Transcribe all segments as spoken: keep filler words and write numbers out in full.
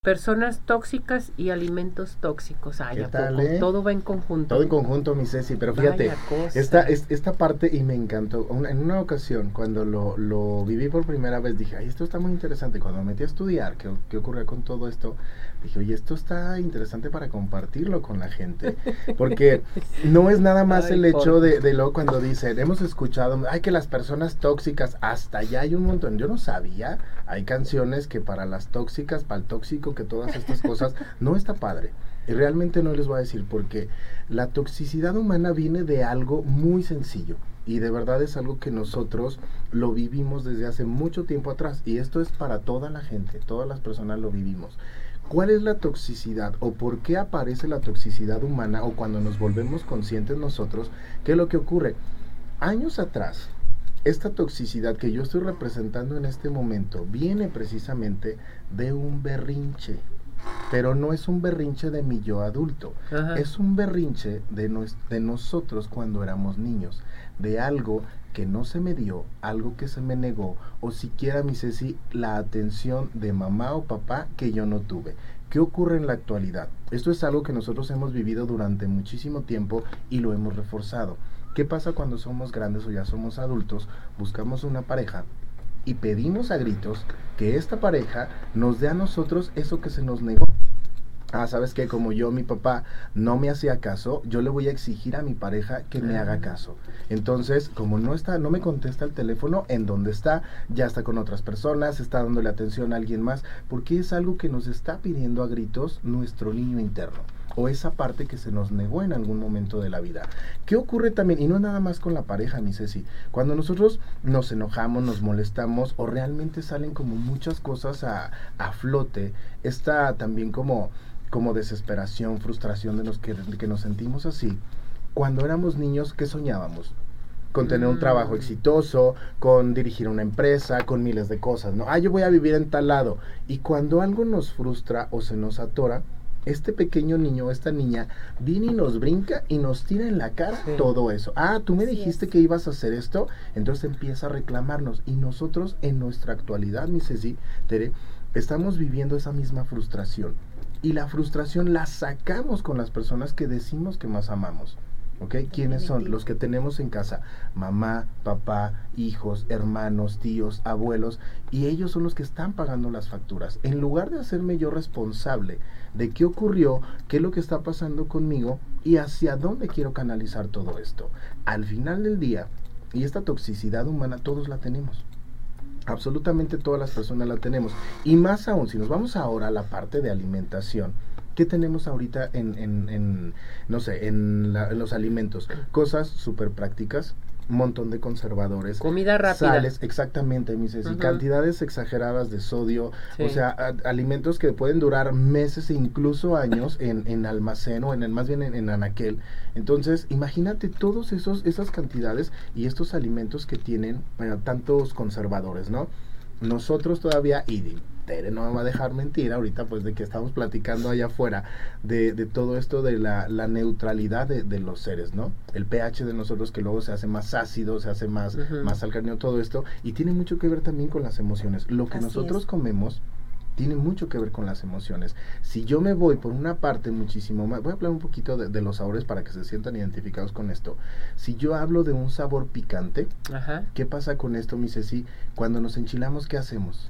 Personas tóxicas y alimentos tóxicos. Ay, ¿Qué ¿a tal, poco? eh? Todo va en conjunto. Todo en conjunto, mi Ceci, pero fíjate, Vaya cosa. esta, es- esta parte y me encantó. Una- en una ocasión, cuando lo, lo viví por primera vez, dije, ay, esto está muy interesante. Cuando me metí a estudiar qué, qué ocurría con todo esto, dije, oye, esto está interesante para compartirlo con la gente. Porque no es nada más Ay, el hecho Jorge. de, de lo cuando dicen, hemos escuchado, ay, que las personas tóxicas, hasta allá hay un montón. Yo no sabía, hay canciones que para las tóxicas, para el tóxico, que todas estas cosas, no está padre. Y realmente no les voy a decir porque la toxicidad humana viene de algo muy sencillo y de verdad es algo que nosotros lo vivimos desde hace mucho tiempo atrás y esto es para toda la gente, todas las personas lo vivimos. ¿Cuál es la toxicidad o por qué aparece la toxicidad humana o cuando nos volvemos conscientes nosotros? ¿Qué es lo que ocurre? Años atrás, esta toxicidad que yo estoy representando en este momento viene precisamente de un berrinche. Pero no es un berrinche de mi yo adulto, Ajá. es un berrinche de, nos, de nosotros cuando éramos niños, de algo que no se me dio, algo que se me negó, o siquiera, mi Ceci, la atención de mamá o papá que yo no tuve. ¿Qué ocurre en la actualidad? Esto es algo que nosotros hemos vivido durante muchísimo tiempo y lo hemos reforzado. ¿Qué pasa cuando somos grandes o ya somos adultos? Buscamos una pareja y pedimos a gritos que esta pareja nos dé a nosotros eso que se nos negó. Ah, ¿sabes qué? Como yo, mi papá no me hacía caso, yo le voy a exigir a mi pareja que me haga caso. Entonces, como no está, no me contesta el teléfono, en donde está, ya está con otras personas, está dándole atención a alguien más, porque es algo que nos está pidiendo a gritos nuestro niño interno o esa parte que se nos negó en algún momento de la vida. ¿Qué ocurre también? Y no es nada más con la pareja, mi Ceci. Cuando nosotros nos enojamos, nos molestamos o realmente salen como muchas cosas a, a flote, está también como, como desesperación, frustración de los que, de que nos sentimos así. Cuando éramos niños, ¿qué soñábamos? Con tener un trabajo exitoso, con dirigir una empresa, con miles de cosas, ¿no? Ah, yo voy a vivir en tal lado. Y cuando algo nos frustra o se nos atora, este pequeño niño o esta niña viene y nos brinca y nos tira en la cara sí. todo eso. Ah, tú me Así dijiste es. que ibas a hacer esto, entonces empieza a reclamarnos. Y nosotros en nuestra actualidad, mi Ceci, Tere, estamos viviendo esa misma frustración. Y la frustración la sacamos con las personas que decimos que más amamos. ¿Ok? ¿Quiénes son? Los que tenemos en casa, mamá, papá, hijos, hermanos, tíos, abuelos, y ellos son los que están pagando las facturas. En lugar de hacerme yo responsable de qué ocurrió, qué es lo que está pasando conmigo y hacia dónde quiero canalizar todo esto. Al final del día, y esta toxicidad humana todos la tenemos. Absolutamente todas las personas la tenemos. Y más aún, si nos vamos ahora a la parte de alimentación, ¿qué tenemos ahorita en, en, en no sé, en, la, en los alimentos? Cosas súper prácticas, un montón de conservadores. Comida rápida. Sales, exactamente, mis uh-huh. cantidades exageradas de sodio, sí. o sea, a, alimentos que pueden durar meses e incluso años en, en almacén o en el, más bien en, en anaquel. Entonces, imagínate todos esos esas cantidades y estos alimentos que tienen bueno, tantos conservadores, ¿no? Nosotros todavía, y Tere no me va a dejar mentir ahorita, pues de que estamos platicando allá afuera, de, de todo esto de la, la neutralidad de, de los seres, ¿no? El pH de nosotros que luego se hace más ácido, se hace más, uh-huh. más alcalino, todo esto, y tiene mucho que ver también con las emociones. Lo que Así nosotros es. comemos tiene mucho que ver con las emociones. Si yo me voy por una parte muchísimo más, voy a hablar un poquito de, de los sabores para que se sientan identificados con esto. Si yo hablo de un sabor picante, Ajá. ¿qué pasa con esto, mi Ceci? Cuando nos enchilamos, ¿qué hacemos?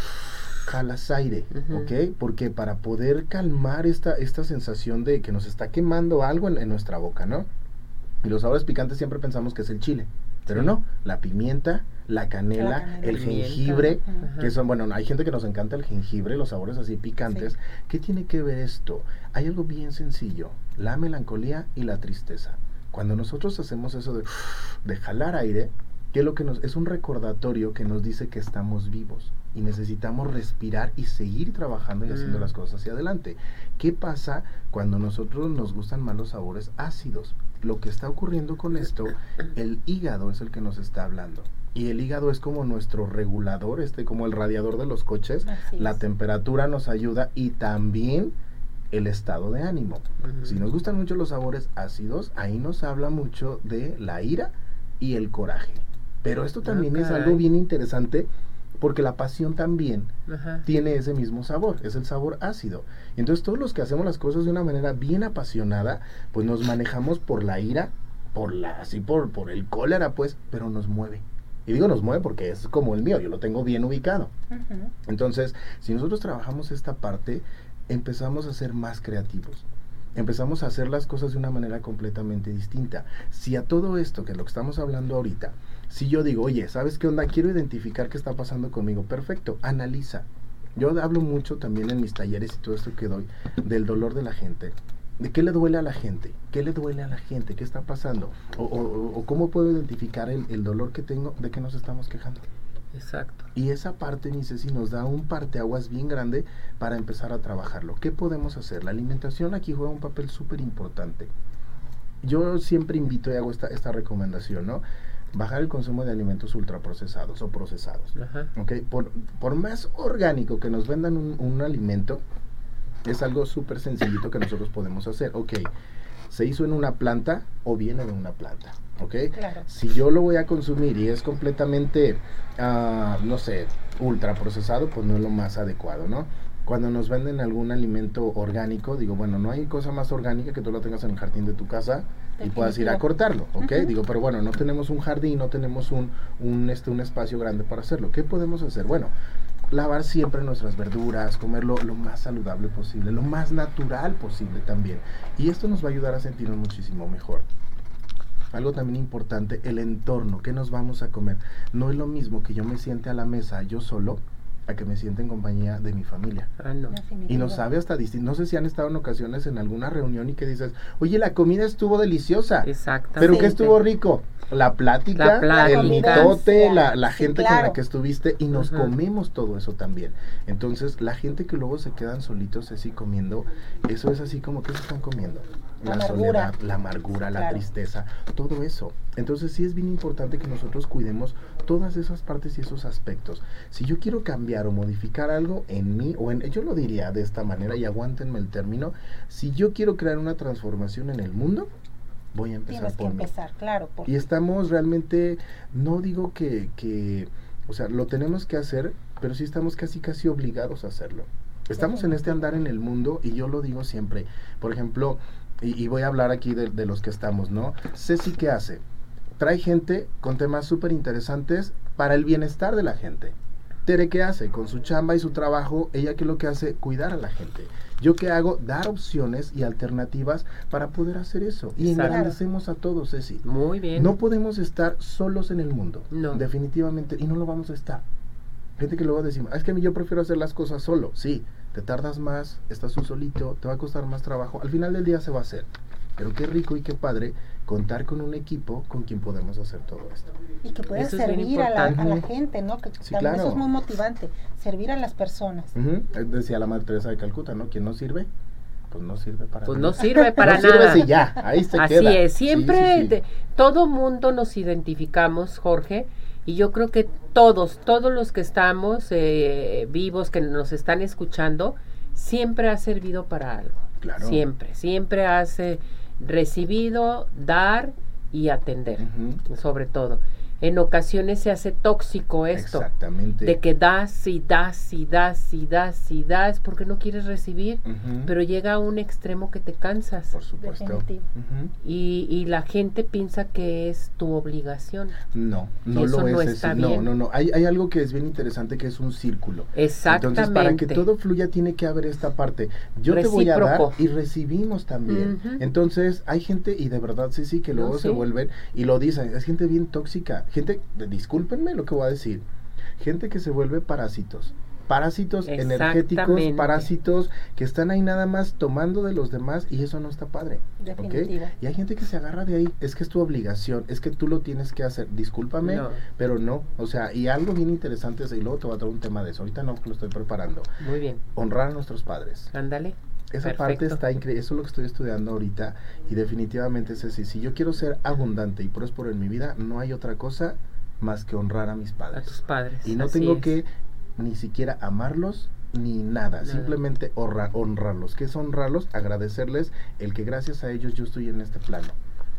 Jalas aire, uh-huh. ¿ok? Porque para poder calmar esta, esta sensación de que nos está quemando algo en, en nuestra boca, ¿no? Y los sabores picantes siempre pensamos que es el chile, pero sí. no, la pimienta, la canela, la canela el pimienta. jengibre, uh-huh. que son, bueno, hay gente que nos encanta el jengibre, los sabores así picantes. Sí. ¿Qué tiene que ver esto? Hay algo bien sencillo, la melancolía y la tristeza. Cuando nosotros hacemos eso de, de jalar aire, ¿qué es lo que nos, es un recordatorio que nos dice que estamos vivos y necesitamos respirar y seguir trabajando y haciendo mm. las cosas hacia adelante? ¿Qué pasa cuando nosotros nos gustan más los sabores ácidos? Lo que está ocurriendo con esto, el hígado es el que nos está hablando. Y el hígado es como nuestro regulador, este como el radiador de los coches. Así la es. temperatura nos ayuda y también el estado de ánimo. Uh-huh. Si nos gustan mucho los sabores ácidos, ahí nos habla mucho de la ira y el coraje. Pero esto también okay. es algo bien interesante porque la pasión también Ajá. tiene ese mismo sabor, es el sabor ácido. Entonces todos los que hacemos las cosas de una manera bien apasionada, pues nos manejamos por la ira, por la, así por, por el cólera, pues, pero nos mueve. Y digo nos mueve porque es como el mío, yo lo tengo bien ubicado. Uh-huh. Entonces, si nosotros trabajamos esta parte, empezamos a ser más creativos. Empezamos a hacer las cosas de una manera completamente distinta. Si a todo esto, que es lo que estamos hablando ahorita, si yo digo, oye, ¿sabes qué onda? Quiero identificar qué está pasando conmigo. Perfecto, analiza. Yo hablo mucho también en mis talleres y todo esto que doy del dolor de la gente. ¿De qué le duele a la gente? ¿Qué le duele a la gente? ¿Qué está pasando? O, o, o cómo puedo identificar el, el dolor que tengo, de que nos estamos quejando. Exacto. Y esa parte, mi Ceci, nos da un parteaguas bien grande para empezar a trabajarlo. ¿Qué podemos hacer? La alimentación aquí juega un papel súper importante. Yo siempre invito y hago esta, esta recomendación, ¿no? Bajar el consumo de alimentos ultraprocesados o procesados. Ajá. ¿Okay? Por, por más orgánico que nos vendan un, un alimento, es algo súper sencillito que nosotros podemos hacer. Ok, se hizo en una planta o viene de una planta. ¿Ok? Claro. Si yo lo voy a consumir y es completamente, uh, no sé, ultraprocesado, pues no es lo más adecuado, ¿no? Cuando nos venden algún alimento orgánico, digo, bueno, no hay cosa más orgánica que tú lo tengas en el jardín de tu casa y puedas ir a cortarlo, ¿ok? Uh-huh. Digo, pero bueno, no tenemos un jardín, no tenemos un, un, este, un espacio grande para hacerlo. ¿Qué podemos hacer? Bueno, lavar siempre nuestras verduras, comerlo lo más saludable posible, lo más natural posible también. Y esto nos va a ayudar a sentirnos muchísimo mejor. Algo también importante, el entorno, ¿qué nos vamos a comer? No es lo mismo que yo me siente a la mesa yo solo, a que me siente en compañía de mi familia. Ah, no. Y nos sabe hasta distinto. No sé si han estado en ocasiones en alguna reunión y que dices, oye, la comida estuvo deliciosa. Exactamente. ¿Pero qué estuvo rico? La plática, la plática. el mitote, la, la sí, gente claro. con la que estuviste y nos uh-huh. comemos todo eso también. Entonces, la gente que luego se quedan solitos así comiendo, eso es así como, ¿qué se están comiendo? La, la soledad, la amargura, sí, la claro. tristeza, todo eso. Entonces sí es bien importante que nosotros cuidemos todas esas partes y esos aspectos. Si yo quiero cambiar o modificar algo en mí, o en, yo lo diría de esta manera, y aguántenme el término, si yo quiero crear una transformación en el mundo, voy a empezar Tienes por que mí. empezar, claro. Porque... Y estamos realmente, no digo que, que, o sea, lo tenemos que hacer, pero sí estamos casi casi obligados a hacerlo. Estamos en este andar en el mundo, y yo lo digo siempre, por ejemplo, y, y voy a hablar aquí de, de los que estamos, ¿no? Ceci, ¿qué hace? Trae gente con temas súper interesantes para el bienestar de la gente. Tere, ¿qué hace? Con su chamba y su trabajo, ella ¿qué es lo que hace? Cuidar a la gente. ¿Yo qué hago? Dar opciones y alternativas para poder hacer eso. Y engrandecemos a todos, Ceci. Muy bien. No podemos estar solos en el mundo. No. Definitivamente. Y no lo vamos a estar. Gente que luego decimos, es que a mí yo prefiero hacer las cosas solo. Sí, te tardas más, estás tú solito, te va a costar más trabajo. Al final del día se va a hacer. Pero qué rico y qué padre contar con un equipo con quien podemos hacer todo esto. Y que puedas servir a la, a la gente, ¿no? Que sí, también claro. Eso es muy motivante, servir a las personas. Uh-huh. Decía la Madre Teresa de Calcuta, ¿no? Quien no sirve, pues no sirve para pues nada. Pues no sirve para no nada. Sirve si ya, ahí se Así queda. es, siempre sí, sí, sí. De, todo mundo nos identificamos, Jorge, y yo creo que todos, todos los que estamos eh, vivos, que nos están escuchando, siempre ha servido para algo. Claro. Siempre, siempre has eh, recibido, dar y atender, uh-huh. sobre todo. En ocasiones se hace tóxico esto. Exactamente. De que das y das y das y das y das porque no quieres recibir, uh-huh. pero llega a un extremo que te cansas. Por supuesto. Uh-huh. Y, y la gente piensa que es tu obligación. No, no y eso lo no es. Está es bien. No, no, no. Hay, hay algo que es bien interesante que es un círculo. Exactamente. Entonces, para que todo fluya tiene que haber esta parte. Yo Recíproco. Te voy a dar y recibimos también. Uh-huh. Entonces, hay gente, y de verdad sí, sí, que luego no, se sí. vuelven, y lo dicen, es gente bien tóxica. Gente, discúlpenme lo que voy a decir, gente que se vuelve parásitos, parásitos energéticos, parásitos que están ahí nada más tomando de los demás y eso no está padre. ¿Okay? Y hay gente que se agarra de ahí, es que es tu obligación, es que tú lo tienes que hacer, discúlpame, no. pero no, o sea, y algo bien interesante es, y luego te voy a traer un tema de eso, ahorita no, que lo estoy preparando. Muy bien. Honrar a nuestros padres. Ándale. Esa Perfecto. parte está increíble, eso es lo que estoy estudiando ahorita y definitivamente es así, si yo quiero ser abundante y próspero en mi vida, no hay otra cosa más que honrar a mis padres. A tus padres. Y no así tengo es. que ni siquiera amarlos ni nada, nada. simplemente honra, honrarlos. ¿Qué es honrarlos? Agradecerles el que gracias a ellos yo estoy en este plano.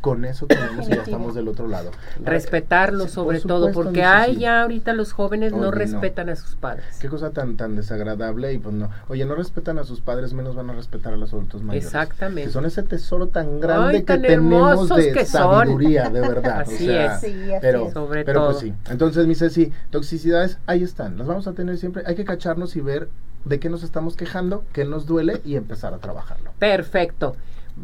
con eso tenemos y ya estamos del otro lado. Respetarlos Sí, sobre por todo, supuesto, porque dice, hay sí. ya ahorita los jóvenes Oye, no no. respetan a sus padres. Qué cosa tan tan desagradable y pues no. Oye, no respetan a sus padres, menos van a respetar a los adultos mayores. Exactamente. Que son ese tesoro tan grande Ay, que tan tenemos hermosos de que son. sabiduría, de verdad. Así o sea, es. Sí, así pero, es. Sobre pero todo. pues sí. Entonces, mi Ceci, toxicidades, ahí están. Las vamos a tener siempre. Hay que cacharnos y ver de qué nos estamos quejando, qué nos duele y empezar a trabajarlo. Perfecto.